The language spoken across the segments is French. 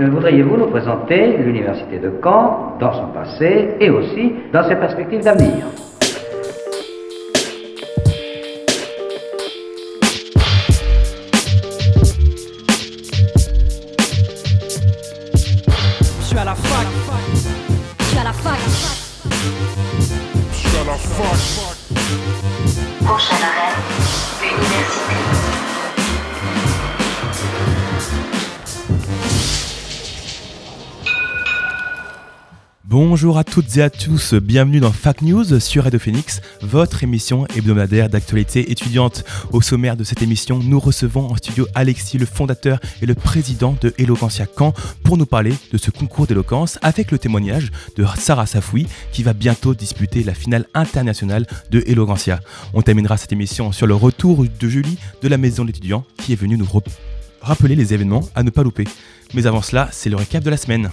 Voudriez-vous nous présenter l'Université de Caen dans son passé et aussi dans ses perspectives d'avenir? Je suis à la fac. Je suis à la fac. Je suis à la fac. Prochain arrêt, l'université. Bonjour à toutes et à tous, bienvenue dans Fac News sur Radio Phoenix, votre émission hebdomadaire d'actualité étudiante. Au sommaire de cette émission, nous recevons en studio Alexis, le fondateur et le président de Eloquentia Caen, pour nous parler de ce concours d'éloquence avec le témoignage de Sarah Safoui qui va bientôt disputer la finale internationale de Eloquentia. On terminera cette émission sur le retour de Julie de la maison d'étudiants qui est venue nous rappeler les événements à ne pas louper. Mais avant cela, c'est le récap de la semaine.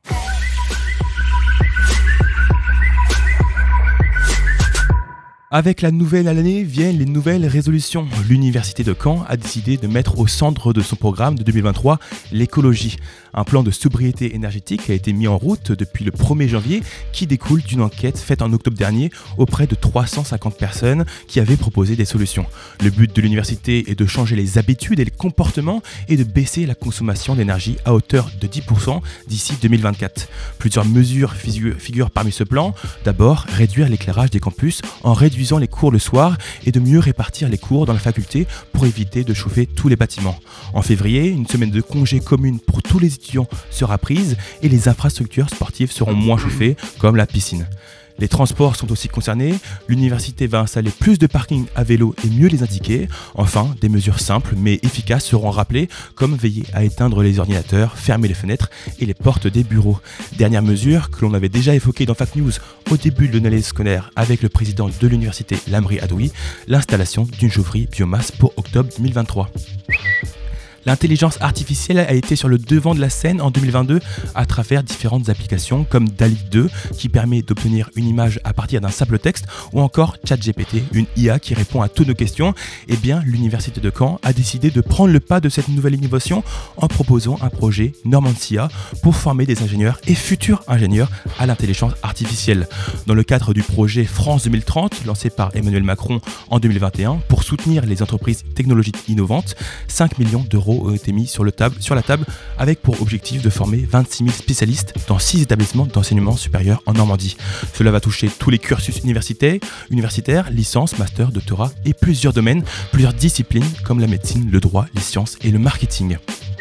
Avec la nouvelle année viennent les nouvelles résolutions. L'Université de Caen a décidé de mettre au centre de son programme de 2023 l'écologie. Un plan de sobriété énergétique a été mis en route depuis le 1er janvier qui découle d'une enquête faite en octobre dernier auprès de 350 personnes qui avaient proposé des solutions. Le but de l'université est de changer les habitudes et les comportements et de baisser la consommation d'énergie à hauteur de 10% d'ici 2024. Plusieurs mesures figurent parmi ce plan. D'abord, réduire l'éclairage des campus en réduisant les cours le soir et de mieux répartir les cours dans la faculté pour éviter de chauffer tous les bâtiments. En février, une semaine de congé commune pour tous les étudiants sera prise et les infrastructures sportives seront moins chauffées, comme la piscine. Les transports sont aussi concernés, l'université va installer plus de parkings à vélo et mieux les indiquer. Enfin, des mesures simples mais efficaces seront rappelées, comme veiller à éteindre les ordinateurs, fermer les fenêtres et les portes des bureaux. Dernière mesure que l'on avait déjà évoquée dans Fac News au début de l'année scolaire avec le président de l'université Lamri Adoui, l'installation d'une chaufferie biomasse pour octobre 2023. L'intelligence artificielle a été sur le devant de la scène en 2022 à travers différentes applications comme DALL-E 2 qui permet d'obtenir une image à partir d'un simple texte ou encore ChatGPT, une IA qui répond à toutes nos questions. Eh bien, l'Université de Caen a décidé de prendre le pas de cette nouvelle innovation en proposant un projet Normantia pour former des ingénieurs et futurs ingénieurs à l'intelligence artificielle. Dans le cadre du projet France 2030 lancé par Emmanuel Macron en 2021 pour soutenir les entreprises technologiques innovantes, 5 millions d'euros ont été mis sur la table avec pour objectif de former 26 000 spécialistes dans 6 établissements d'enseignement supérieur en Normandie. Cela va toucher tous les cursus universitaires, licence, master, doctorat et plusieurs domaines, plusieurs disciplines comme la médecine, le droit, les sciences et le marketing.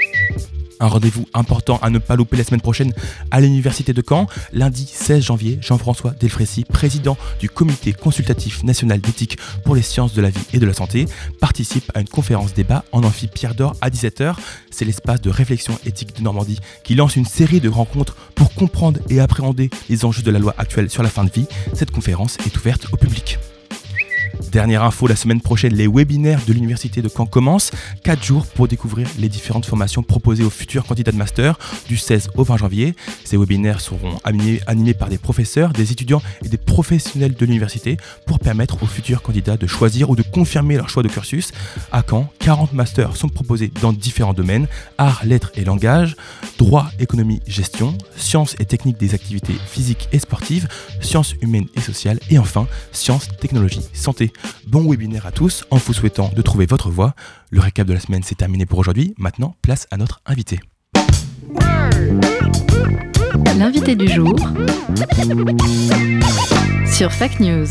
Un rendez-vous important à ne pas louper la semaine prochaine à l'Université de Caen. Lundi 16 janvier, Jean-François Delfrécy, président du Comité consultatif national d'éthique pour les sciences de la vie et de la santé, participe à une conférence débat en amphi Pierre d'Or à 17h. C'est l'espace de réflexion éthique de Normandie qui lance une série de rencontres pour comprendre et appréhender les enjeux de la loi actuelle sur la fin de vie. Cette conférence est ouverte au public. Dernière info, la semaine prochaine, les webinaires de l'Université de Caen commencent. 4 jours pour découvrir les différentes formations proposées aux futurs candidats de master du 16 au 20 janvier. Ces webinaires seront animés par des professeurs, des étudiants et des professionnels de l'université pour permettre aux futurs candidats de choisir ou de confirmer leur choix de cursus. À Caen, 40 masters sont proposés dans différents domaines: arts, lettres et langage, droit, économie, gestion, sciences et techniques des activités physiques et sportives, sciences humaines et sociales et enfin, sciences, technologies, santé. Bon webinaire à tous en vous souhaitant de trouver votre voie. Le récap de la semaine, c'est terminé pour aujourd'hui. Maintenant, place à notre invité. L'invité du jour sur Fac News.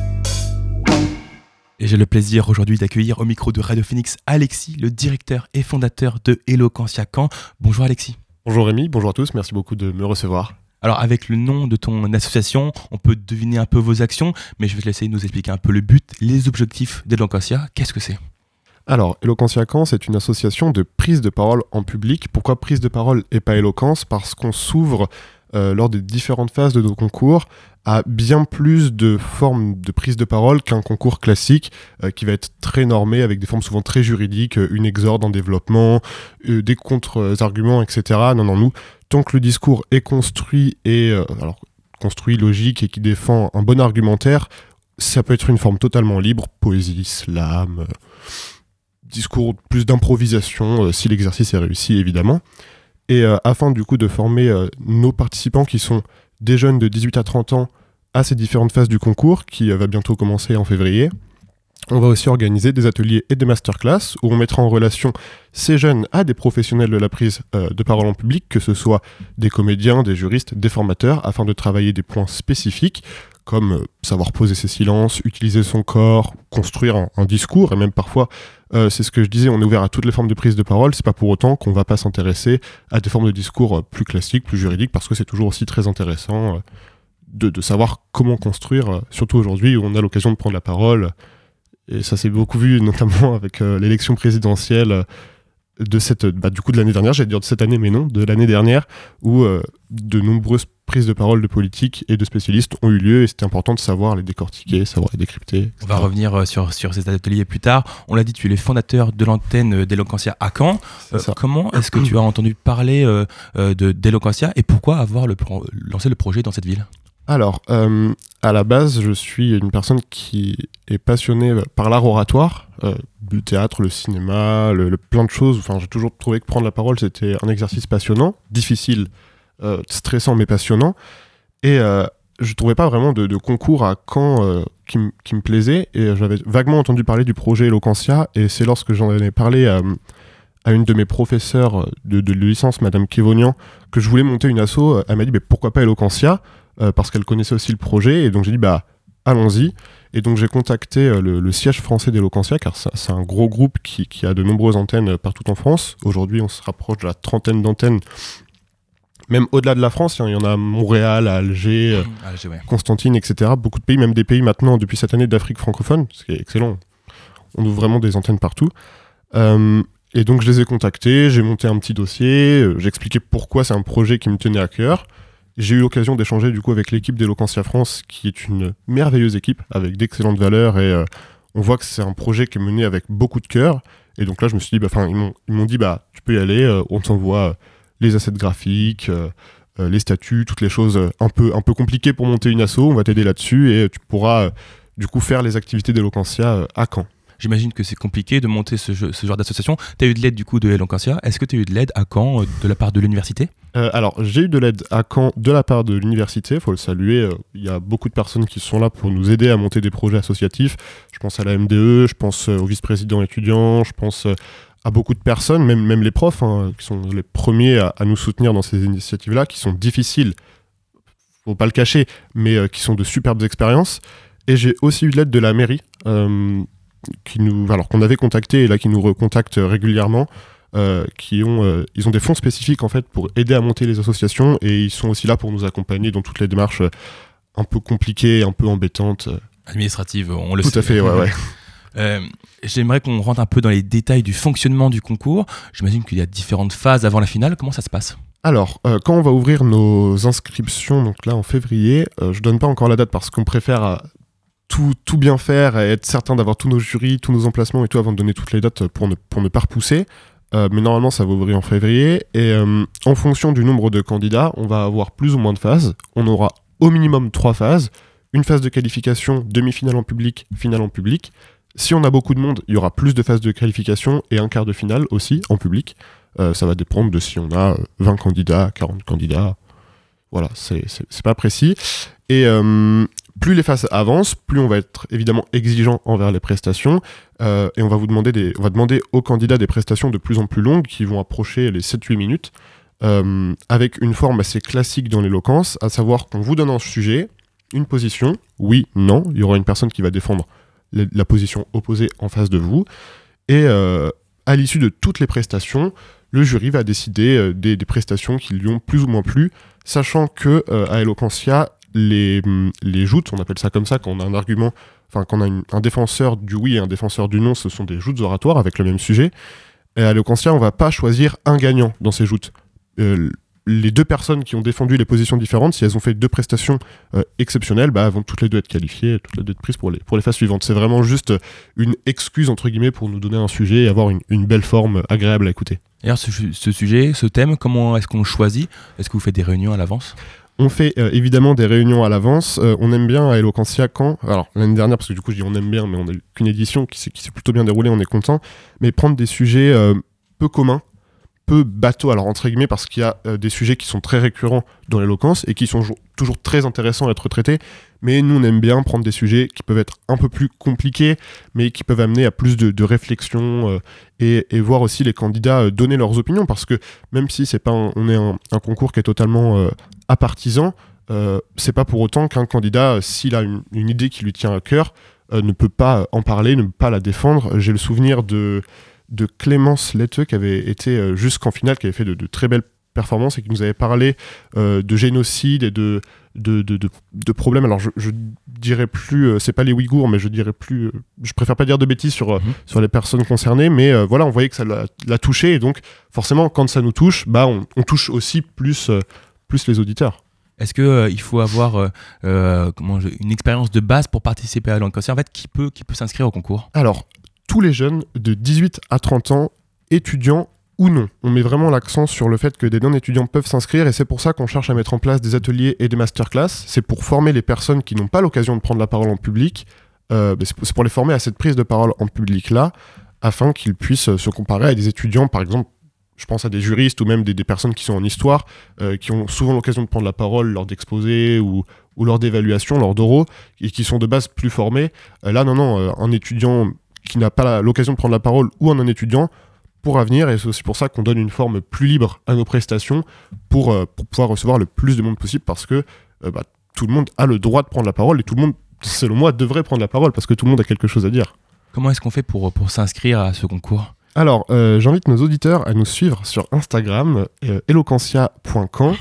Et j'ai le plaisir aujourd'hui d'accueillir au micro de Radio Phoenix Alexis, le directeur et fondateur de Eloquentia Caen. Bonjour Alexis. Bonjour Rémi, bonjour à tous, merci beaucoup de me recevoir. Alors avec le nom de ton association, on peut deviner un peu vos actions, mais je vais te laisser nous expliquer un peu le but, les objectifs d'Eloquentia. Qu'est-ce que c'est ? Alors, Eloquentia Caen, c'est une association de prise de parole en public. Pourquoi prise de parole et pas éloquence ? Parce qu'on s'ouvre lors des différentes phases de nos concours à bien plus de formes de prise de parole qu'un concours classique qui va être très normé avec des formes souvent très juridiques, une exorde en développement, des contre-arguments, etc. Non, nous, tant que le discours est construit construit, logique et qui défend un bon argumentaire, ça peut être une forme totalement libre, poésie, slam, discours plus d'improvisation si l'exercice est réussi évidemment. Et afin du coup de former nos participants qui sont des jeunes de 18 à 30 ans à ces différentes phases du concours qui va bientôt commencer en février, on va aussi organiser des ateliers et des masterclass où on mettra en relation ces jeunes à des professionnels de la prise de parole en public, que ce soit des comédiens, des juristes, des formateurs, afin de travailler des points spécifiques comme savoir poser ses silences, utiliser son corps, construire un discours, et même parfois, c'est ce que je disais, on est ouvert à toutes les formes de prise de parole, c'est pas pour autant qu'on va pas s'intéresser à des formes de discours plus classiques, plus juridiques, parce que c'est toujours aussi très intéressant de savoir comment construire, surtout aujourd'hui où on a l'occasion de prendre la parole. Et ça s'est beaucoup vu, notamment avec l'élection présidentielle du coup de l'année dernière, j'allais dire de cette année, mais non, de l'année dernière, où de nombreuses prises de parole de politiques et de spécialistes ont eu lieu, et c'était important de savoir les décortiquer, savoir les décrypter, etc. On va revenir sur ces ateliers plus tard. On l'a dit, tu es le fondateur de l'antenne d'Eloquentia à Caen. Comment est-ce que tu as entendu parler d'Eloquentia et pourquoi avoir lancé le projet dans cette ville ? Alors, à la base, je suis une personne qui est passionnée par l'art oratoire, le théâtre, le cinéma, plein de choses. Enfin, j'ai toujours trouvé que prendre la parole, c'était un exercice passionnant, difficile, stressant, mais passionnant. Et je trouvais pas vraiment de concours à Caen qui me plaisait. Et j'avais vaguement entendu parler du projet Eloquentia. Et c'est lorsque j'en avais parlé à une de mes professeurs de licence, Madame Kévonian, que je voulais monter une asso. Elle m'a dit, pourquoi pas Eloquentia ? Parce qu'elle connaissait aussi le projet, et donc j'ai dit allons-y. Et donc j'ai contacté le siège français d'Eloquentia, car c'est un gros groupe qui a de nombreuses antennes partout en France. Aujourd'hui, on se rapproche de la 30aine d'antennes, même au-delà de la France. Il y en a à Montréal, à Alger, ouais. Constantine, etc. Beaucoup de pays, même des pays maintenant, depuis cette année, d'Afrique francophone, ce qui est excellent. On ouvre vraiment des antennes partout. Et donc je les ai contactés, j'ai monté un petit dossier, j'ai expliqué pourquoi c'est un projet qui me tenait à cœur. J'ai eu l'occasion d'échanger du coup avec l'équipe d'Eloquentia France, qui est une merveilleuse équipe avec d'excellentes valeurs, et on voit que c'est un projet qui est mené avec beaucoup de cœur. Et donc là, je me suis dit, ils m'ont dit, tu peux y aller, on t'envoie les assets graphiques, les statuts, toutes les choses un peu compliquées pour monter une asso, on va t'aider là-dessus, et tu pourras du coup faire les activités d'Eloquentia à Caen. J'imagine que c'est compliqué de monter ce genre d'association. Tu as eu de l'aide du coup de Eloquentia. Est-ce que tu as eu de l'aide à Caen de la part de l'université ? Alors, j'ai eu de l'aide à Caen de la part de l'université, il faut le saluer. Il y a beaucoup de personnes qui sont là pour nous aider à monter des projets associatifs. Je pense à la MDE, je pense au vice-président étudiant, je pense à beaucoup de personnes, même les profs, qui sont les premiers à nous soutenir dans ces initiatives-là, qui sont difficiles, faut pas le cacher, mais qui sont de superbes expériences. Et j'ai aussi eu de l'aide de la mairie, qu'on avait contacté et là qui nous recontactent régulièrement, ils ont des fonds spécifiques en fait pour aider à monter les associations, et ils sont aussi là pour nous accompagner dans toutes les démarches un peu compliquées, un peu embêtantes. Administratives, on le sait. Tout à fait, ouais. J'aimerais qu'on rentre un peu dans les détails du fonctionnement du concours. J'imagine qu'il y a différentes phases avant la finale. Comment ça se passe ? Alors, quand on va ouvrir nos inscriptions, donc là en février, je donne pas encore la date parce qu'on préfère tout bien faire et être certain d'avoir tous nos jurys, tous nos emplacements et tout avant de donner toutes les dates pour ne pas repousser. Mais normalement, ça va ouvrir en février. Et en fonction du nombre de candidats, on va avoir plus ou moins de phases. On aura au minimum 3 phases. Une phase de qualification, demi-finale en public, finale en public. Si on a beaucoup de monde, il y aura plus de phases de qualification et un quart de finale aussi en public. Ça va dépendre de si on a 20 candidats, 40 candidats. Voilà, c'est pas précis. Et plus les phases avancent, plus on va être évidemment exigeant envers les prestations, et on va demander aux candidats des prestations de plus en plus longues qui vont approcher les 7-8 minutes, avec une forme assez classique dans l'éloquence, à savoir qu'on vous donne un sujet, une position, oui, non, il y aura une personne qui va défendre la position opposée en face de vous, et à l'issue de toutes les prestations, le jury va décider des prestations qui lui ont plus ou moins plu, sachant que à Eloquentia, les joutes, on appelle ça comme ça, quand on a un argument, enfin quand on a un défenseur du oui et un défenseur du non, ce sont des joutes oratoires avec le même sujet. Et à Eloquentia, on va pas choisir un gagnant dans ces joutes. Les 2 personnes qui ont défendu les positions différentes, si elles ont fait 2 prestations exceptionnelles, elles vont toutes les 2 être qualifiées, toutes les 2 être prises pour les phases suivantes. C'est vraiment juste une excuse, entre guillemets, pour nous donner un sujet et avoir une belle forme agréable à écouter. D'ailleurs, ce sujet, ce thème, comment est-ce qu'on le choisit ? Est-ce que vous faites des réunions à l'avance ? On fait évidemment des réunions à l'avance. On aime bien à Eloquentia alors l'année dernière, parce que du coup je dis on aime bien, mais on a eu qu'une édition qui s'est plutôt bien déroulée, on est content, mais prendre des sujets peu communs, peu bateau, alors entre guillemets, parce qu'il y a des sujets qui sont très récurrents dans l'éloquence et qui sont toujours très intéressants à être traités, mais nous on aime bien prendre des sujets qui peuvent être un peu plus compliqués, mais qui peuvent amener à plus de réflexion et voir aussi les candidats donner leurs opinions, parce que même si c'est pas on est un concours qui est totalement apartisan, c'est pas pour autant qu'un candidat, s'il a une idée qui lui tient à cœur, ne peut pas en parler, ne peut pas la défendre. J'ai le souvenir de Clémence Letteux qui avait été jusqu'en finale, qui avait fait de très belles performances et qui nous avait parlé de génocide et de problèmes. Alors je dirais plus, c'est pas les Ouïghours, mais je dirais plus, je préfère pas dire de bêtises sur les personnes concernées, mais voilà, on voyait que ça l'a touché, et donc forcément quand ça nous touche, on touche aussi plus les auditeurs. Est-ce qu'il faut avoir une expérience de base pour participer à l'éloquence? En fait, qui peut s'inscrire au concours? Alors, tous les jeunes de 18 à 30 ans, étudiants ou non. On met vraiment l'accent sur le fait que des non-étudiants peuvent s'inscrire, et c'est pour ça qu'on cherche à mettre en place des ateliers et des masterclass. C'est pour former les personnes qui n'ont pas l'occasion de prendre la parole en public. C'est pour les former à cette prise de parole en public-là, afin qu'ils puissent se comparer à des étudiants, par exemple. Je pense à des juristes ou même des personnes qui sont en histoire, qui ont souvent l'occasion de prendre la parole lors d'exposés ou lors d'évaluations, lors d'oraux, et qui sont de base plus formés. Là, non, un étudiant qui n'a pas l'occasion de prendre la parole ou un étudiant pourra venir, et c'est aussi pour ça qu'on donne une forme plus libre à nos prestations pour pouvoir recevoir le plus de monde possible, parce que tout le monde a le droit de prendre la parole, et tout le monde, selon moi, devrait prendre la parole, parce que tout le monde a quelque chose à dire. Comment est-ce qu'on fait pour s'inscrire à ce concours ? Alors, j'invite nos auditeurs à nous suivre sur Instagram, eloquentia.camp.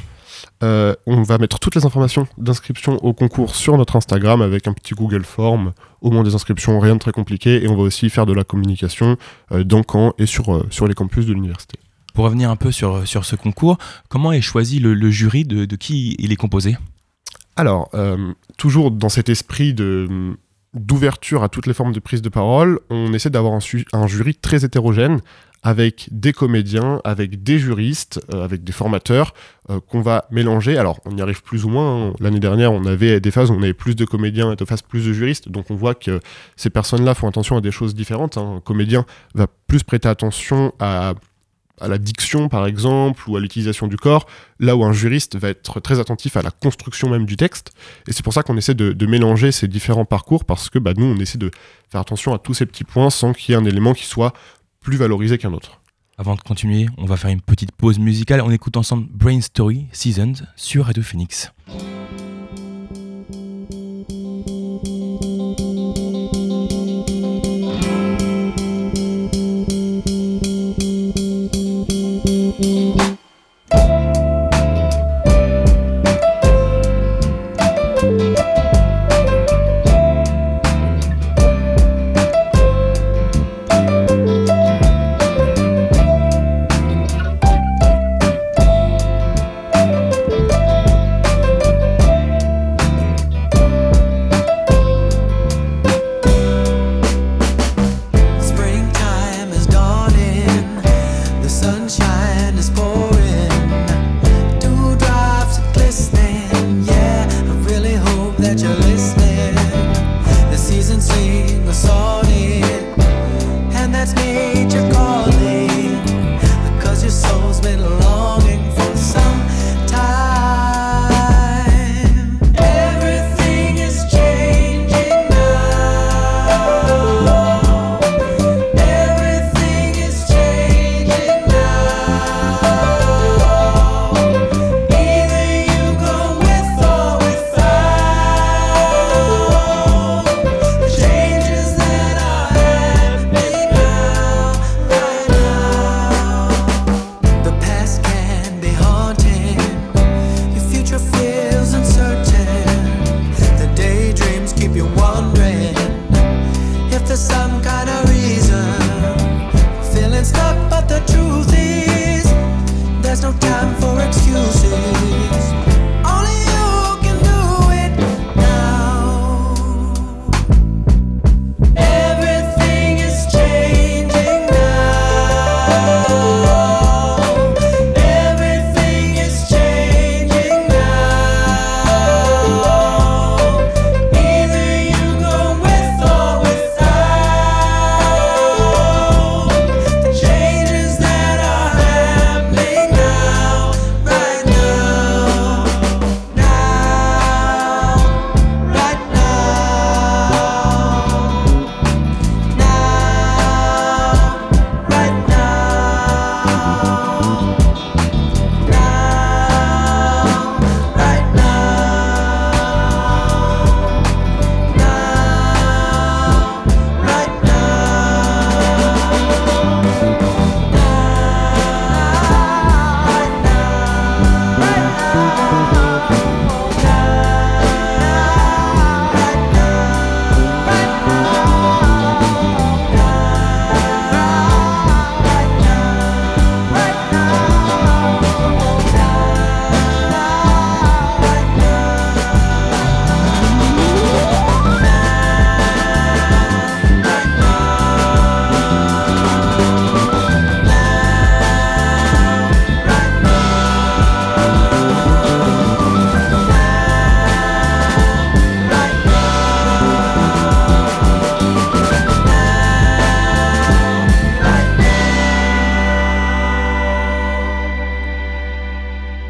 On va mettre toutes les informations d'inscription au concours sur notre Instagram avec un petit Google Form, au moment des inscriptions, rien de très compliqué, et on va aussi faire de la communication dans Caen et sur les campus de l'université. Pour revenir un peu sur ce concours, comment est choisi le jury, de qui il est composé ? Alors, toujours dans cet esprit d'ouverture à toutes les formes de prise de parole, on essaie d'avoir un jury très hétérogène, avec des comédiens, avec des juristes, avec des formateurs, qu'on va mélanger. Alors, on y arrive plus ou moins. L'année dernière, on avait des phases où on avait plus de comédiens et de phases plus de juristes, donc on voit que ces personnes-là font attention à des choses différentes. Un comédien va plus prêter attention à la diction, par exemple, ou à l'utilisation du corps, là où un juriste va être très attentif à la construction même du texte. Et c'est pour ça qu'on essaie de mélanger ces différents parcours, parce que nous, on essaie de faire attention à tous ces petits points sans qu'il y ait un élément qui soit plus valorisé qu'un autre. Avant de continuer, on va faire une petite pause musicale. On écoute ensemble Brain Story Seasons sur Radio Phoenix.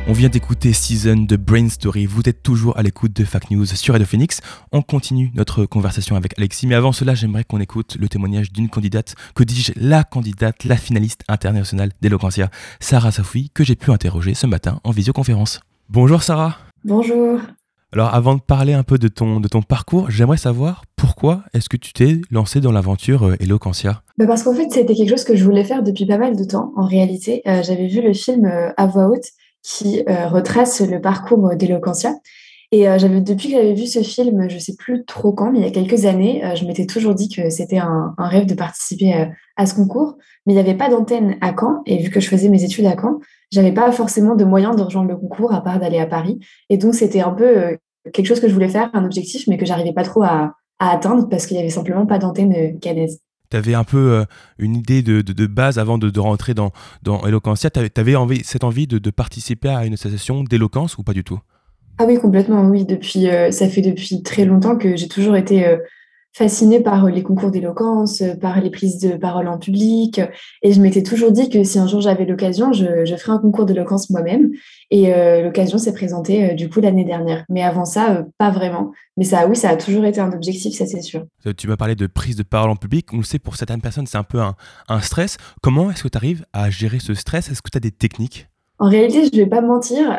On vient d'écouter Season de Brain Story. Vous êtes toujours à l'écoute de Fact News sur Radio Phoenix. On continue notre conversation avec Alexis. Mais avant cela, j'aimerais qu'on écoute le témoignage d'une candidate, la candidate, la finaliste internationale d'Eloquentia, Sarah Safoui, que j'ai pu interroger ce matin en visioconférence. Bonjour Sarah. Bonjour. Alors avant de parler un peu de ton parcours, j'aimerais savoir pourquoi est-ce que tu t'es lancée dans l'aventure Eloquentia ? Parce qu'en fait, c'était quelque chose que je voulais faire depuis pas mal de temps. En réalité, j'avais vu le film À voix haute qui retrace le parcours d'Eloquentia. Et depuis que j'avais vu ce film, je ne sais plus trop quand, mais il y a quelques années, je m'étais toujours dit que c'était un rêve de participer à ce concours. Mais il n'y avait pas d'antenne à Caen. Et vu que je faisais mes études à Caen, je n'avais pas forcément de moyens de rejoindre le concours à part d'aller à Paris. Et donc, c'était un peu quelque chose que je voulais faire, un objectif, mais que je n'arrivais pas trop à atteindre parce qu'il n'y avait simplement pas d'antenne caennaise. Tu avais un peu une idée de base avant de rentrer dans Eloquentia. Tu avais cette envie de participer à une association d'éloquence ou pas du tout ? Ah oui, complètement, oui. Ça fait depuis très longtemps que j'ai toujours été fascinée par les concours d'éloquence, par les prises de parole en public. Et je m'étais toujours dit que si un jour j'avais l'occasion, je ferais un concours d'éloquence moi-même. Et l'occasion s'est présentée du coup l'année dernière. Mais avant ça, pas vraiment. Mais ça, oui, ça a toujours été un objectif, ça c'est sûr. Tu m'as parlé de prise de parole en public. On le sait, pour certaines personnes, c'est un peu un stress. Comment est-ce que tu arrives à gérer ce stress ? Est-ce que tu as des techniques ? En réalité, je ne vais pas mentir,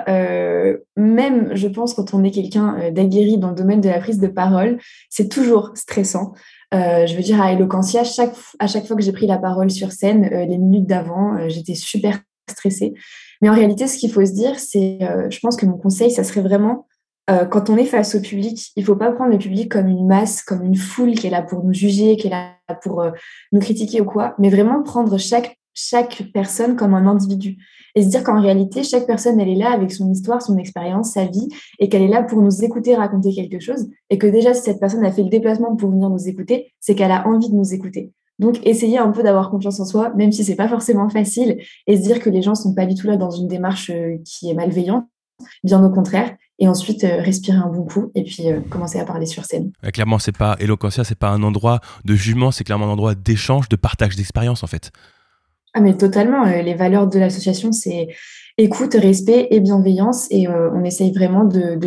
même je pense quand on est quelqu'un d'aguerri dans le domaine de la prise de parole, c'est toujours stressant. Je veux dire, à Eloquentia, à chaque fois que j'ai pris la parole sur scène, les minutes d'avant, j'étais super stressée. Mais en réalité, ce qu'il faut se dire, c'est, je pense que mon conseil, ça serait vraiment, quand on est face au public, il ne faut pas prendre le public comme une masse, comme une foule qui est là pour nous juger, qui est là pour nous critiquer ou quoi, mais vraiment prendre chaque personne comme un individu. Et se dire qu'en réalité, chaque personne, elle est là avec son histoire, son expérience, sa vie, et qu'elle est là pour nous écouter raconter quelque chose, et que déjà, si cette personne a fait le déplacement pour venir nous écouter, c'est qu'elle a envie de nous écouter. Donc, essayez un peu d'avoir confiance en soi, même si c'est pas forcément facile, et se dire que les gens sont pas du tout là dans une démarche qui est malveillante, bien au contraire, et ensuite respirer un bon coup, et puis commencer à parler sur scène. Clairement, c'est pas Eloquentia, c'est pas un endroit de jugement, c'est clairement un endroit d'échange, de partage d'expérience, en fait. Ah mais totalement, les valeurs de l'association, c'est écoute, respect et bienveillance, et on essaye vraiment de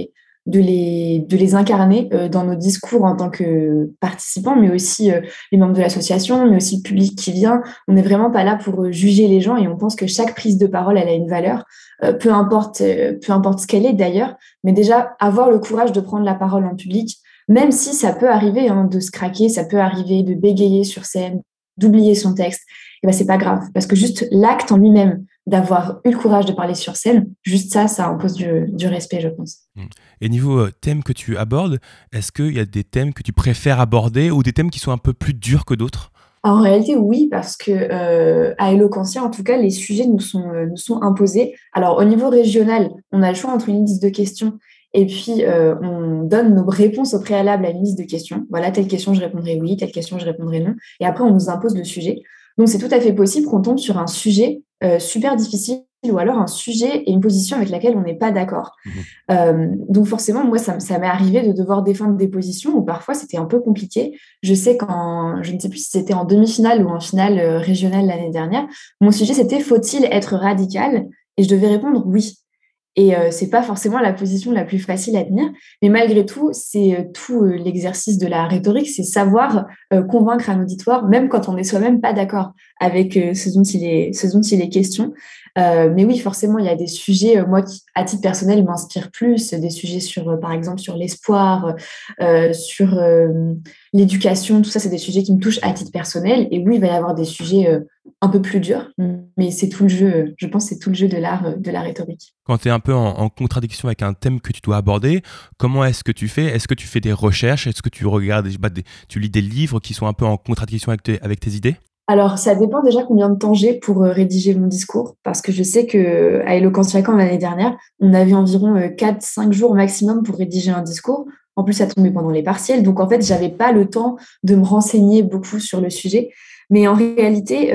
les incarner dans nos discours en tant que participants, mais aussi les membres de l'association, mais aussi le public qui vient. On n'est vraiment pas là pour juger les gens, et on pense que chaque prise de parole, elle a une valeur, peu importe ce qu'elle est d'ailleurs, mais déjà avoir le courage de prendre la parole en public, même si ça peut arriver de se craquer, ça peut arriver de bégayer sur scène, d'oublier son texte. Et c'est pas grave, parce que juste l'acte en lui-même d'avoir eu le courage de parler sur scène, juste ça impose du respect, je pense. Et niveau thème que tu abordes, est-ce qu'il y a des thèmes que tu préfères aborder ou des thèmes qui sont un peu plus durs que d'autres ? En réalité, oui, parce que à Eloquentia, en tout cas, les sujets nous sont imposés. Alors, au niveau régional, on a le choix entre une liste de questions et puis on donne nos réponses au préalable à une liste de questions. Voilà, telle question, je répondrai oui, telle question, je répondrai non. Et après, on nous impose le sujet. Donc, c'est tout à fait possible qu'on tombe sur un sujet super difficile ou alors un sujet et une position avec laquelle on n'est pas d'accord. Donc, forcément, moi, ça m'est arrivé de devoir défendre des positions où parfois, c'était un peu compliqué. Je sais je ne sais plus si c'était en demi-finale ou en finale régionale l'année dernière, mon sujet, c'était « Faut-il être radical ?» Et je devais répondre « oui ». Et c'est pas forcément la position la plus facile à tenir, mais malgré tout, c'est tout l'exercice de la rhétorique, c'est savoir convaincre un auditoire, même quand on n'est soi-même pas d'accord avec ce dont il est question. Mais oui, forcément, il y a des sujets, moi, qui, à titre personnel, m'inspirent plus, des sujets par exemple, sur l'espoir, sur l'éducation, tout ça, c'est des sujets qui me touchent à titre personnel. Et oui, il va y avoir des sujets un peu plus durs, mais c'est tout le jeu, je pense, c'est tout le jeu de l'art, de la rhétorique. Quand tu es un peu en contradiction avec un thème que tu dois aborder, comment est-ce que tu fais ? Est-ce que tu fais des recherches ? Est-ce que tu regardes, tu lis des livres qui sont un peu en contradiction avec tes idées ? Alors, ça dépend déjà combien de temps j'ai pour rédiger mon discours, parce que je sais qu'à Eloquentia Caen l'année dernière, on avait environ 4-5 jours maximum pour rédiger un discours. En plus, ça tombait pendant les partiels, donc en fait, j'avais pas le temps de me renseigner beaucoup sur le sujet. Mais en réalité,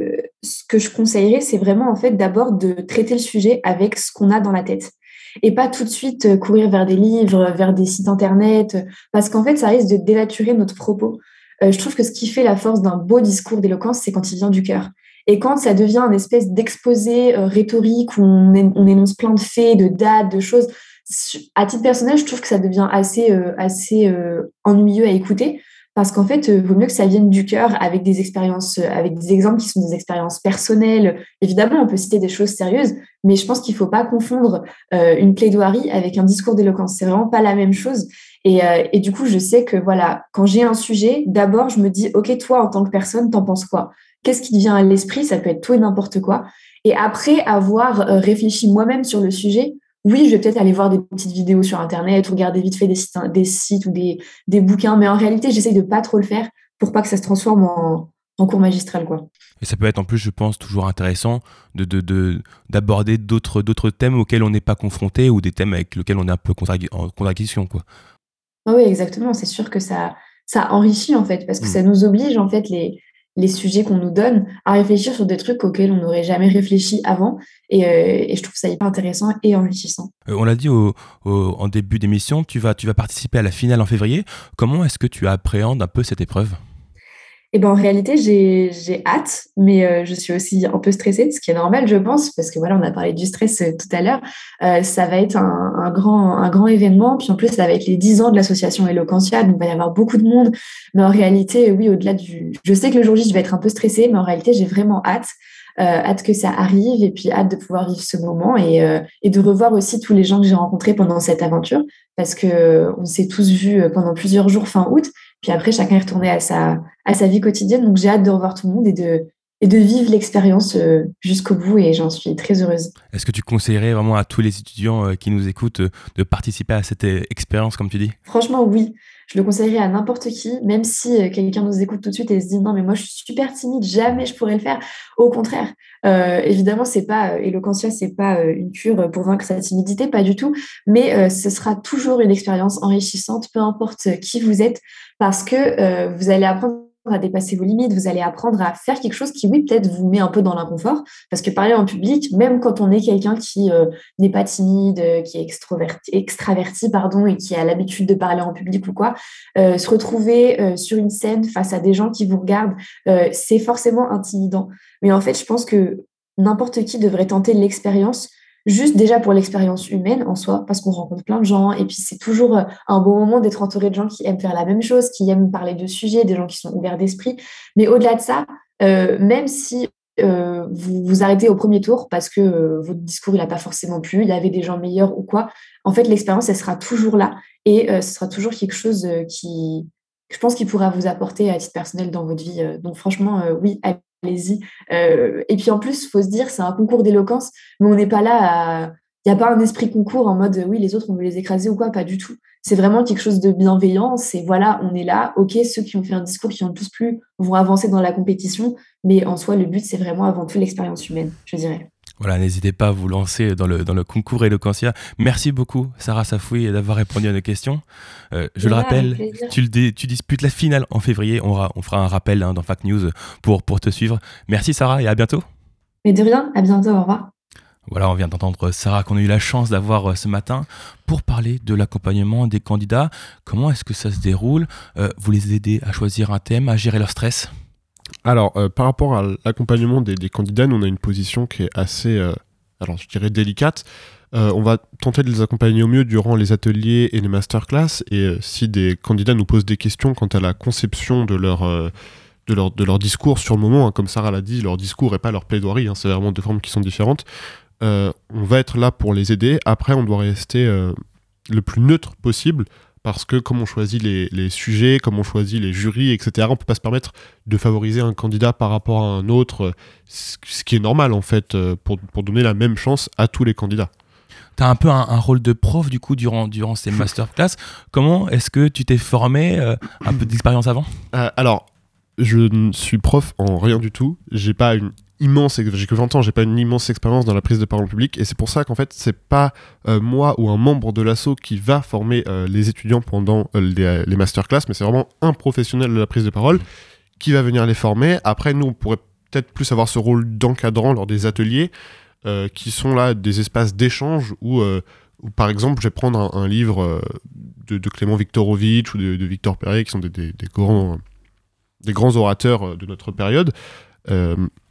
ce que je conseillerais, c'est vraiment en fait d'abord de traiter le sujet avec ce qu'on a dans la tête. Et pas tout de suite courir vers des livres, vers des sites internet, parce qu'en fait, ça risque de dénaturer notre propos. Je trouve que ce qui fait la force d'un beau discours d'éloquence, c'est quand il vient du cœur. Et quand ça devient une espèce d'exposé rhétorique où on énonce plein de faits, de dates, de choses, à titre personnel, je trouve que ça devient assez ennuyeux à écouter. Parce qu'en fait, il vaut mieux que ça vienne du cœur avec des expériences, avec des exemples qui sont des expériences personnelles. Évidemment, on peut citer des choses sérieuses, mais je pense qu'il ne faut pas confondre une plaidoirie avec un discours d'éloquence. C'est vraiment pas la même chose. Et du coup, je sais que voilà, quand j'ai un sujet, d'abord, je me dis, OK, toi, en tant que personne, t'en penses quoi? Qu'est-ce qui te vient à l'esprit? Ça peut être tout et n'importe quoi. Et après avoir réfléchi moi-même sur le sujet, oui, je vais peut-être aller voir des petites vidéos sur Internet ou regarder vite fait des sites ou des bouquins, mais en réalité, j'essaye de pas trop le faire pour pas que ça se transforme en cours magistral, quoi. Et ça peut être en plus, je pense, toujours intéressant d'aborder d'autres thèmes auxquels on n'est pas confronté ou des thèmes avec lesquels on est un peu en contradiction, quoi. Ah oui, exactement. C'est sûr que ça enrichit, en fait, parce que ça nous oblige, en fait, les sujets qu'on nous donne à réfléchir sur des trucs auxquels on n'aurait jamais réfléchi avant. Et je trouve ça hyper intéressant et enrichissant. On l'a dit en début d'émission, tu vas participer à la finale en février. Comment est-ce que tu appréhendes un peu cette épreuve? Et ben en réalité, j'ai hâte, mais je suis aussi un peu stressée, ce qui est normal, je pense, parce que voilà, on a parlé du stress tout à l'heure. Ça va être un grand événement. Puis en plus, ça va être les 10 ans de l'association Eloquentia, donc il va y avoir beaucoup de monde. Mais en réalité, oui, au-delà je sais que le jour J, je vais être un peu stressée, mais en réalité, j'ai vraiment hâte que ça arrive et puis hâte de pouvoir vivre ce moment et de revoir aussi tous les gens que j'ai rencontrés pendant cette aventure, parce que on s'est tous vus pendant plusieurs jours fin août. Puis après, chacun est retourné à sa vie quotidienne. Donc, j'ai hâte de revoir tout le monde et de vivre l'expérience jusqu'au bout. Et j'en suis très heureuse. Est-ce que tu conseillerais vraiment à tous les étudiants qui nous écoutent de participer à cette expérience, comme tu dis? Franchement, oui. Je le conseillerais à n'importe qui, même si quelqu'un nous écoute tout de suite et se dit non, mais moi, je suis super timide, jamais je pourrais le faire. Au contraire, évidemment, c'est pas Eloquentia, c'est pas une cure pour vaincre sa timidité, pas du tout. Mais ce sera toujours une expérience enrichissante, peu importe qui vous êtes, parce que vous allez apprendre à dépasser vos limites, vous allez apprendre à faire quelque chose qui, oui, peut-être vous met un peu dans l'inconfort, parce que parler en public, même quand on est quelqu'un qui n'est pas timide, qui est extraverti, pardon, et qui a l'habitude de parler en public ou quoi, se retrouver sur une scène face à des gens qui vous regardent, c'est forcément intimidant. Mais en fait, je pense que n'importe qui devrait tenter l'expérience, juste déjà pour l'expérience humaine en soi, parce qu'on rencontre plein de gens, et puis c'est toujours un bon moment d'être entouré de gens qui aiment faire la même chose, qui aiment parler de sujets, des gens qui sont ouverts d'esprit. Mais au-delà de ça, même si vous vous arrêtez au premier tour parce que votre discours il n'a pas forcément plu, il y avait des gens meilleurs ou quoi, en fait l'expérience elle sera toujours là et ce sera toujours quelque chose je pense, qui pourra vous apporter à titre personnel dans votre vie. Donc franchement, oui, allez-y. Et puis en plus, il faut se dire, c'est un concours d'éloquence, mais on n'est pas là à... Il n'y a pas un esprit concours en mode, oui, les autres, on veut les écraser ou quoi, pas du tout. C'est vraiment quelque chose de bienveillant. C'est, voilà, on est là, ok, ceux qui ont fait un discours qui ont le plus plu vont avancer dans la compétition, mais en soi, le but, c'est vraiment avant tout l'expérience humaine, je dirais. Voilà, n'hésitez pas à vous lancer dans le concours Eloquentia. Merci beaucoup, Sarah Safouy, d'avoir répondu à nos questions. Je le rappelle, tu disputes la finale en février. On fera un rappel dans Fact News pour te suivre. Merci Sarah et à bientôt. Mais de rien, à bientôt, au revoir. Voilà, on vient d'entendre Sarah qu'on a eu la chance d'avoir ce matin pour parler de l'accompagnement des candidats. Comment est-ce que ça se déroule? Vous les aidez à choisir un thème, à gérer leur stress? Alors, par rapport à l'accompagnement des candidats, nous, on a une position qui est assez, alors je dirais délicate. On va tenter de les accompagner au mieux durant les ateliers et les masterclass. Et si des candidats nous posent des questions quant à la conception de leur discours sur le moment, hein, comme Sarah l'a dit, leur discours et pas leur plaidoirie, hein, c'est vraiment deux formes qui sont différentes. On va être là pour les aider. Après, on doit rester le plus neutre possible. Parce que comme on choisit les sujets, comme on choisit les jurys, etc., on ne peut pas se permettre de favoriser un candidat par rapport à un autre, ce qui est normal en fait, pour donner la même chance à tous les candidats. Tu as un peu un rôle de prof du coup durant ces masterclass. Comment est-ce que tu t'es formé, un peu d'expérience avant? Alors, je ne suis prof en rien du tout. J'ai pas une immense, j'ai que 20 ans, j'ai pas une immense expérience dans la prise de parole publique, et c'est pour ça qu'en fait c'est pas moi ou un membre de l'asso qui va former les étudiants pendant les masterclass, mais c'est vraiment un professionnel de la prise de parole qui va venir les former. Après, nous on pourrait peut-être plus avoir ce rôle d'encadrant lors des ateliers qui sont là des espaces d'échange où par exemple je vais prendre un livre de Clément Viktorovitch ou de Victor Perret, qui sont des grands orateurs de notre période,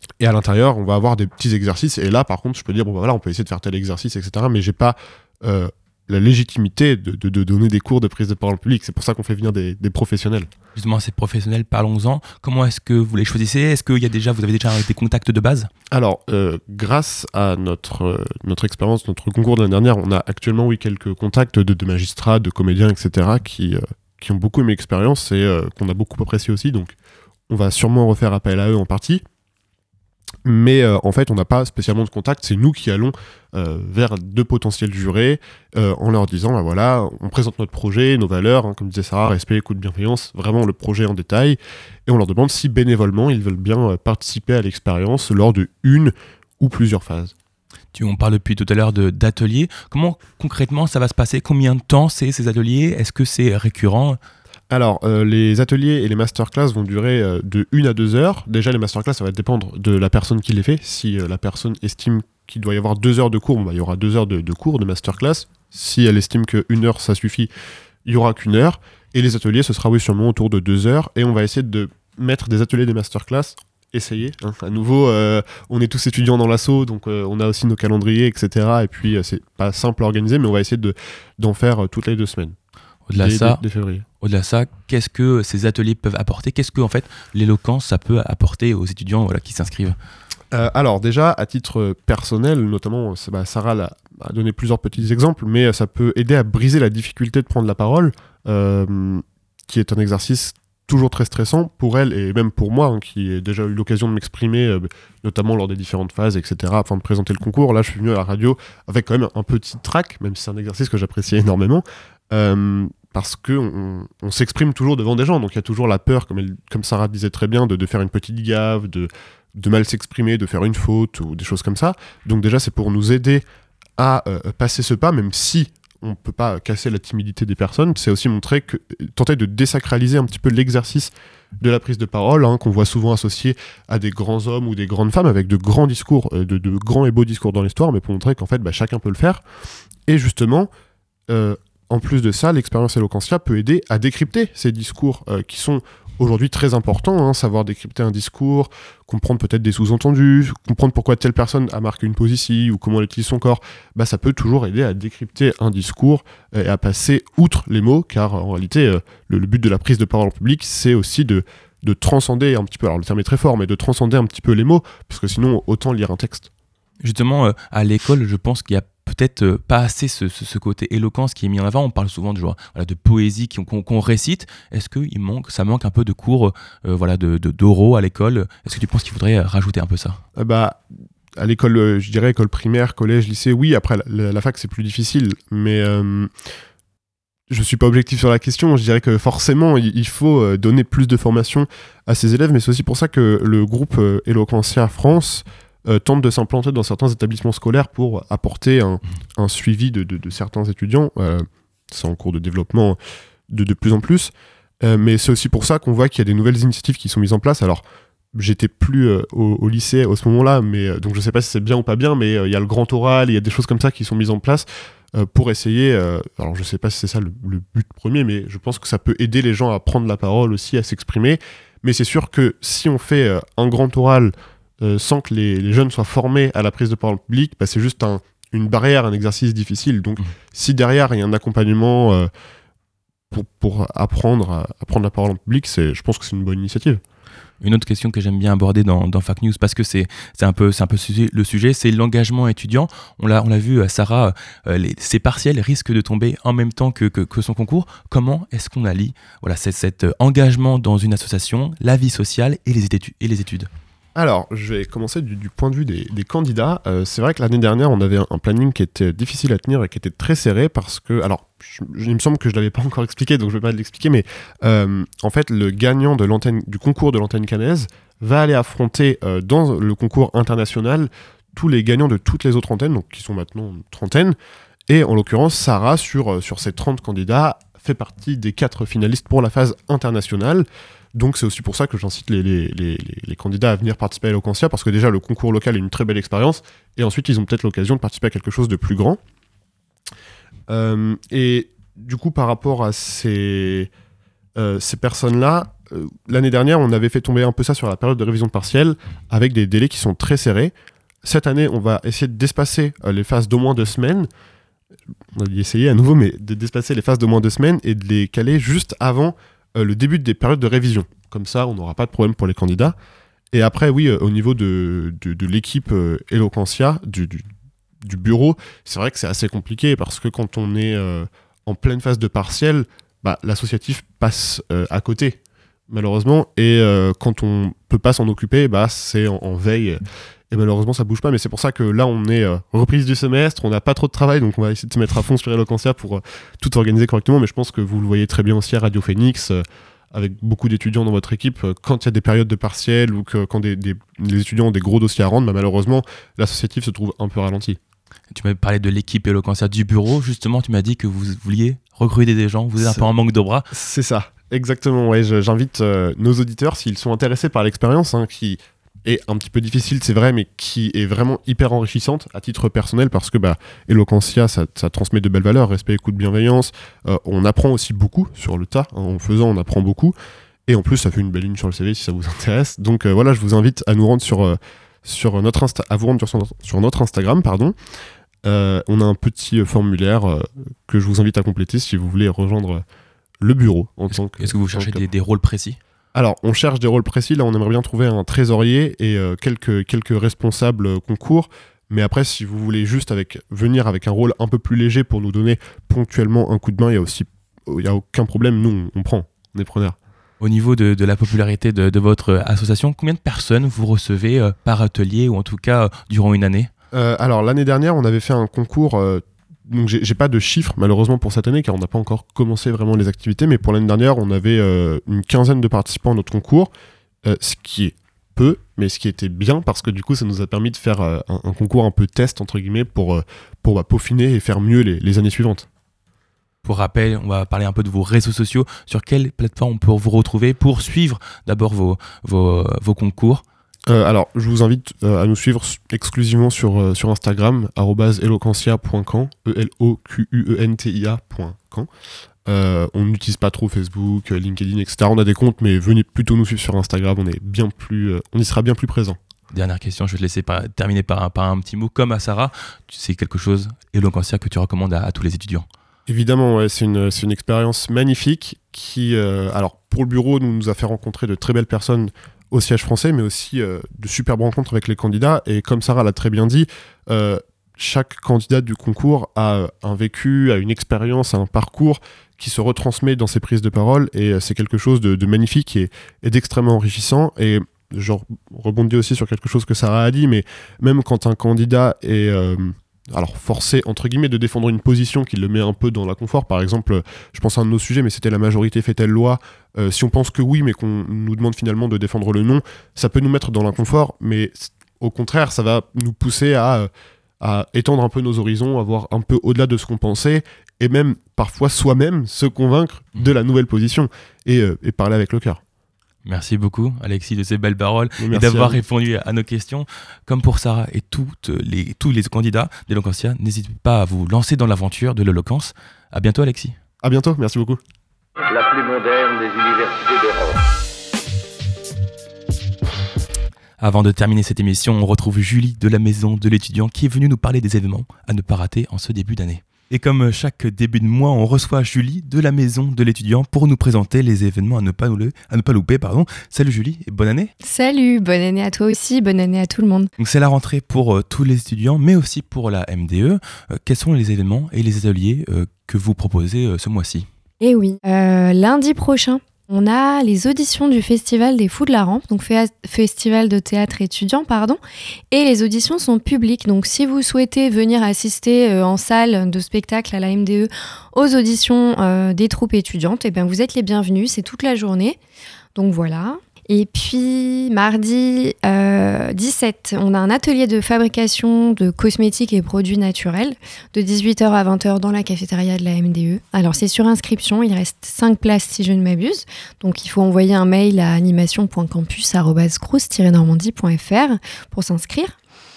Et à l'intérieur, on va avoir des petits exercices. Et là, par contre, je peux dire, bon, bah, voilà, on peut essayer de faire tel exercice, etc. Mais j'ai pas la légitimité de donner des cours de prise de parole publique. C'est pour ça qu'on fait venir des professionnels. Justement, ces professionnels, parlons-en. Comment est-ce que vous les choisissez ? Est-ce que vous avez déjà des contacts de base ? Alors, grâce à notre expérience, notre concours de l'année dernière, on a actuellement, quelques contacts de magistrats, de comédiens, etc., qui ont beaucoup aimé l'expérience et qu'on a beaucoup apprécié aussi. Donc, on va sûrement refaire appel à eux en partie. Mais en fait, on n'a pas spécialement de contact. C'est nous qui allons vers de potentiels jurés en leur disant, bah voilà, on présente notre projet, nos valeurs, comme disait Sarah, respect, écoute, bienveillance, vraiment le projet en détail. Et on leur demande si bénévolement, ils veulent bien participer à l'expérience lors de une ou plusieurs phases. On parle depuis tout à l'heure d'ateliers. Comment concrètement ça va se passer ? Combien de temps c'est ces ateliers ? Est-ce que c'est récurrent ? Alors, les ateliers et les masterclass vont durer de 1 à 2 heures. Déjà, les masterclass, ça va dépendre de la personne qui les fait. Si la personne estime qu'il doit y avoir 2 heures de cours, il y aura 2 heures de cours, de masterclass. Si elle estime qu'une heure, ça suffit, il n'y aura qu'une heure. Et les ateliers, ce sera sûrement autour de 2 heures. Et on va essayer de mettre des ateliers, des masterclass. Essayer. À nouveau, on est tous étudiants dans l'asso, donc on a aussi nos calendriers, etc. Et puis, c'est pas simple à organiser, mais on va essayer d'en faire toutes les 2 semaines. Au-delà de ça, qu'est-ce que ces ateliers peuvent apporter ? Qu'est-ce que en fait, l'éloquence, ça peut apporter aux étudiants qui s'inscrivent ? Alors déjà, à titre personnel, notamment, Sarah a donné plusieurs petits exemples, mais ça peut aider à briser la difficulté de prendre la parole, qui est un exercice toujours très stressant pour elle et même pour moi, qui ai déjà eu l'occasion de m'exprimer, notamment lors des différentes phases, etc., afin de présenter le concours. Là, je suis venu à la radio avec quand même un petit trac, même si c'est un exercice que j'apprécie énormément, parce qu'on s'exprime toujours devant des gens, donc il y a toujours la peur, comme Sarah disait très bien, de faire une petite gaffe, de mal s'exprimer, de faire une faute ou des choses comme ça. Donc déjà, c'est pour nous aider à passer ce pas, même si on ne peut pas casser la timidité des personnes. C'est aussi tenter de désacraliser un petit peu l'exercice de la prise de parole, qu'on voit souvent associé à des grands hommes ou des grandes femmes avec de grands discours, de grands et beaux discours dans l'histoire, mais pour montrer qu'en fait, chacun peut le faire. Et justement, en plus de ça, l'expérience Eloquentia peut aider à décrypter ces discours qui sont aujourd'hui très importants, savoir décrypter un discours, comprendre peut-être des sous-entendus, comprendre pourquoi telle personne a marqué une pause ici ou comment elle utilise son corps, ça peut toujours aider à décrypter un discours et à passer outre les mots, car en réalité, le but de la prise de parole en public, c'est aussi de transcender un petit peu, alors le terme est très fort, mais de transcender un petit peu les mots, parce que sinon, autant lire un texte. Justement, à l'école, je pense qu'il y a peut-être pas assez ce côté éloquence qui est mis en avant. On parle souvent de poésie qu'on récite. Est-ce que ça manque un peu de cours d'oraux à l'école ? Est-ce que tu penses qu'il faudrait rajouter un peu ça ? À l'école, je dirais école primaire, collège, lycée, oui. Après, la fac, c'est plus difficile. Mais je suis pas objectif sur la question. Je dirais que forcément, il faut donner plus de formation à ces élèves. Mais c'est aussi pour ça que le groupe Eloquentia France tente de s'implanter dans certains établissements scolaires pour apporter un suivi de certains étudiants. C'est en cours de développement de plus en plus. Mais c'est aussi pour ça qu'on voit qu'il y a des nouvelles initiatives qui sont mises en place. Alors, j'étais plus au lycée à ce moment-là, mais donc je sais pas si c'est bien ou pas bien, mais il y a le grand oral, il y a des choses comme ça qui sont mises en place pour essayer... alors, je sais pas si c'est ça le but premier, mais je pense que ça peut aider les gens à prendre la parole aussi, à s'exprimer. Mais c'est sûr que si on fait un grand oral sans que les jeunes soient formés à la prise de parole publique, c'est juste une barrière, un exercice difficile. Donc, si derrière, il y a un accompagnement pour apprendre à prendre la parole en public, je pense que c'est une bonne initiative. Une autre question que j'aime bien aborder dans Fact News, parce que c'est un peu le sujet, c'est l'engagement étudiant. On l'a vu, Sarah, ses partiels risquent de tomber en même temps que son concours. Comment est-ce qu'on allie cet engagement dans une association, la vie sociale et les études ? Alors, je vais commencer du point de vue des candidats. C'est vrai que l'année dernière, on avait un planning qui était difficile à tenir et qui était très serré parce que... Alors, il me semble que je ne l'avais pas encore expliqué, donc je ne vais pas l'expliquer, mais en fait, le gagnant du concours de l'antenne caennaise va aller affronter dans le concours international tous les gagnants de toutes les autres antennes, donc qui sont maintenant une trentaine. Et en l'occurrence, Sarah, sur ces 30 candidats, fait partie des 4 finalistes pour la phase internationale. Donc c'est aussi pour ça que j'incite les candidats à venir participer à Eloquentia, parce que déjà le concours local est une très belle expérience, et ensuite ils ont peut-être l'occasion de participer à quelque chose de plus grand. Et du coup par rapport à ces personnes-là, l'année dernière, on avait fait tomber un peu ça sur la période de révision partielle, avec des délais qui sont très serrés. Cette année, on va essayer d'espacer les phases d'au moins 2 semaines. On va y essayer à nouveau, mais d'espacer les phases d'au moins 2 semaines et de les caler juste avant le début des périodes de révision. Comme ça, on n'aura pas de problème pour les candidats. Et après, oui, au niveau de l'équipe Eloquentia, du bureau, c'est vrai que c'est assez compliqué parce que quand on est en pleine phase de partiel, l'associatif passe à côté, malheureusement. Et quand on peut pas s'en occuper, c'est en veille. Et malheureusement, ça bouge pas. Mais c'est pour ça que là, on est reprise du semestre, on n'a pas trop de travail, donc on va essayer de se mettre à fond sur Eloquentia pour tout organiser correctement. Mais je pense que vous le voyez très bien aussi à Radio Phoenix, avec beaucoup d'étudiants dans votre équipe, quand il y a des périodes de partiel ou quand les étudiants ont des gros dossiers à rendre, malheureusement, l'associatif se trouve un peu ralenti. Tu m'avais parlé de l'équipe Eloquentia du bureau. Justement, tu m'as dit que vous vouliez recruter des gens. Vous êtes un peu en manque de bras. C'est ça, exactement. Ouais, j'invite nos auditeurs, s'ils sont intéressés par l'expérience, qui est un petit peu difficile, c'est vrai, mais qui est vraiment hyper enrichissante à titre personnel parce que Eloquentia, ça transmet de belles valeurs, respect, écoute, bienveillance. On apprend aussi beaucoup sur le tas. En faisant, on apprend beaucoup. Et en plus, ça fait une belle ligne sur le CV si ça vous intéresse. Donc voilà, je vous invite à nous rendre sur notre Instagram, pardon. On a un petit formulaire que je vous invite à compléter si vous voulez rejoindre le bureau. Est-ce que vous cherchez des rôles précis ? Alors, on cherche des rôles précis. Là, on aimerait bien trouver un trésorier et quelques responsables concours. Mais après, si vous voulez juste venir avec un rôle un peu plus léger pour nous donner ponctuellement un coup de main, il n'y a aucun problème. Nous, on prend. On est preneurs. Au niveau de la popularité de votre association, combien de personnes vous recevez par atelier ou en tout cas durant une année ? Alors, l'année dernière, on avait fait un concours... donc j'ai pas de chiffres malheureusement pour cette année car on n'a pas encore commencé vraiment les activités, mais pour l'année dernière on avait une quinzaine de participants à notre concours, ce qui est peu mais ce qui était bien parce que du coup ça nous a permis de faire un concours un peu test entre guillemets pour peaufiner et faire mieux les années suivantes. Pour rappel, on va parler un peu de vos réseaux sociaux. Sur quelle plateforme on peut vous retrouver pour suivre d'abord vos concours ? Alors, je vous invite à nous suivre exclusivement sur Instagram, @eloquentia.camp, ELOQUENTIA.camp. On n'utilise pas trop Facebook, LinkedIn, etc. On a des comptes, mais venez plutôt nous suivre sur Instagram, on y sera bien plus présent. Dernière question, je vais te laisser terminer par un petit mot. Comme à Sarah, c'est quelque chose, Eloquentia, que tu recommandes à tous les étudiants ? Évidemment, ouais, c'est une expérience magnifique qui, alors pour le bureau, nous a fait rencontrer de très belles personnes au siège français, mais aussi de superbes rencontres avec les candidats. Et comme Sarah l'a très bien dit, chaque candidat du concours a un vécu, a une expérience, a un parcours qui se retransmet dans ses prises de parole. Et c'est quelque chose de magnifique et d'extrêmement enrichissant. Et je rebondis aussi sur quelque chose que Sarah a dit, mais même quand un candidat est... alors forcé entre guillemets de défendre une position qui le met un peu dans l'inconfort, par exemple je pense à un de nos sujets mais c'était la majorité fait-elle loi, si on pense que oui mais qu'on nous demande finalement de défendre le non, ça peut nous mettre dans l'inconfort, mais au contraire ça va nous pousser à étendre un peu nos horizons, à voir un peu au-delà de ce qu'on pensait et même parfois soi-même se convaincre de la nouvelle position et parler avec le cœur. Merci beaucoup Alexis de ces belles paroles et d'avoir répondu à nos questions. Comme pour Sarah et tous les candidats d'Eloquentia, n'hésitez pas à vous lancer dans l'aventure de l'éloquence. À bientôt Alexis. À bientôt, merci beaucoup. La plus moderne des universités d'Europe. Avant de terminer cette émission, on retrouve Julie de la Maison de l'étudiant qui est venue nous parler des événements à ne pas rater en ce début d'année. Et comme chaque début de mois, on reçoit Julie de la Maison de l'étudiant pour nous présenter les événements à ne pas louper. Salut Julie et bonne année. Salut, bonne année à toi aussi, bonne année à tout le monde. Donc c'est la rentrée pour tous les étudiants, mais aussi pour la MDE. Quels sont les événements et les ateliers que vous proposez ce mois-ci ? Eh oui, lundi prochain, on a les auditions du Festival des Fous de la Rampe, donc festival de théâtre étudiant, et les auditions sont publiques. Donc si vous souhaitez venir assister en salle de spectacle à la MDE aux auditions des troupes étudiantes, eh bien vous êtes les bienvenus, c'est toute la journée. Donc voilà. Et puis, mardi 17, on a un atelier de fabrication de cosmétiques et produits naturels de 18h à 20h dans la cafétéria de la MDE. Alors, c'est sur inscription, il reste 5 places si je ne m'abuse. Donc, il faut envoyer un mail à animation.campus@crous-normandie.fr pour s'inscrire.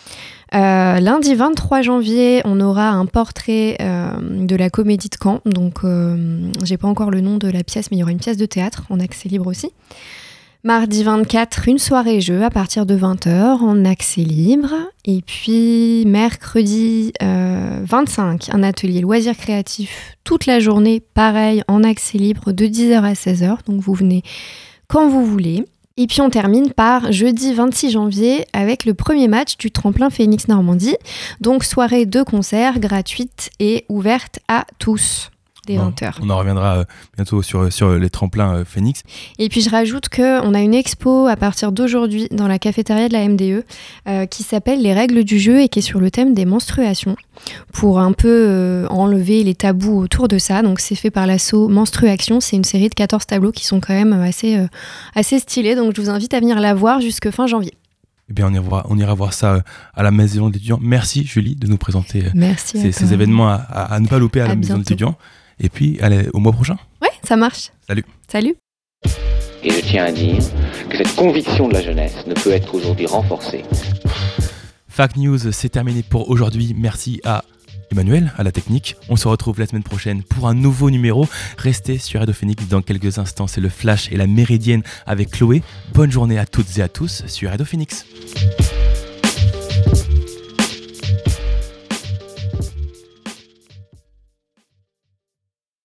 Lundi 23 janvier, on aura un portrait de la Comédie de Caen. Donc, j'ai pas encore le nom de la pièce, mais il y aura une pièce de théâtre en accès libre aussi. Mardi 24, une soirée jeu à partir de 20h en accès libre. Et puis mercredi 25, un atelier loisirs créatifs toute la journée, pareil, en accès libre de 10h à 16h. Donc vous venez quand vous voulez. Et puis on termine par jeudi 26 janvier avec le premier match du tremplin Phoenix Normandie. Donc soirée de concert gratuite et ouverte à tous. 20h. On en reviendra bientôt sur les tremplins Phoenix. Et puis je rajoute qu'on a une expo à partir d'aujourd'hui dans la cafétéria de la MDE qui s'appelle Les règles du jeu et qui est sur le thème des menstruations pour un peu enlever les tabous autour de ça. Donc c'est fait par l'asso Menstruaction. C'est une série de 14 tableaux qui sont quand même assez stylés. Donc je vous invite à venir la voir jusque fin janvier. Eh bien, on ira voir ça à la Maison d'étudiants. Merci Julie de nous présenter ces événements à ne pas louper à la Maison d'étudiants. Et puis, allez, au mois prochain. Ouais, ça marche. Salut. Et je tiens à dire que cette conviction de la jeunesse ne peut être aujourd'hui renforcée. Fact News, c'est terminé pour aujourd'hui. Merci à Emmanuel, à la technique. On se retrouve la semaine prochaine pour un nouveau numéro. Restez sur Radio Phoenix dans quelques instants. C'est le Flash et la Méridienne avec Chloé. Bonne journée à toutes et à tous sur Radio Phoenix.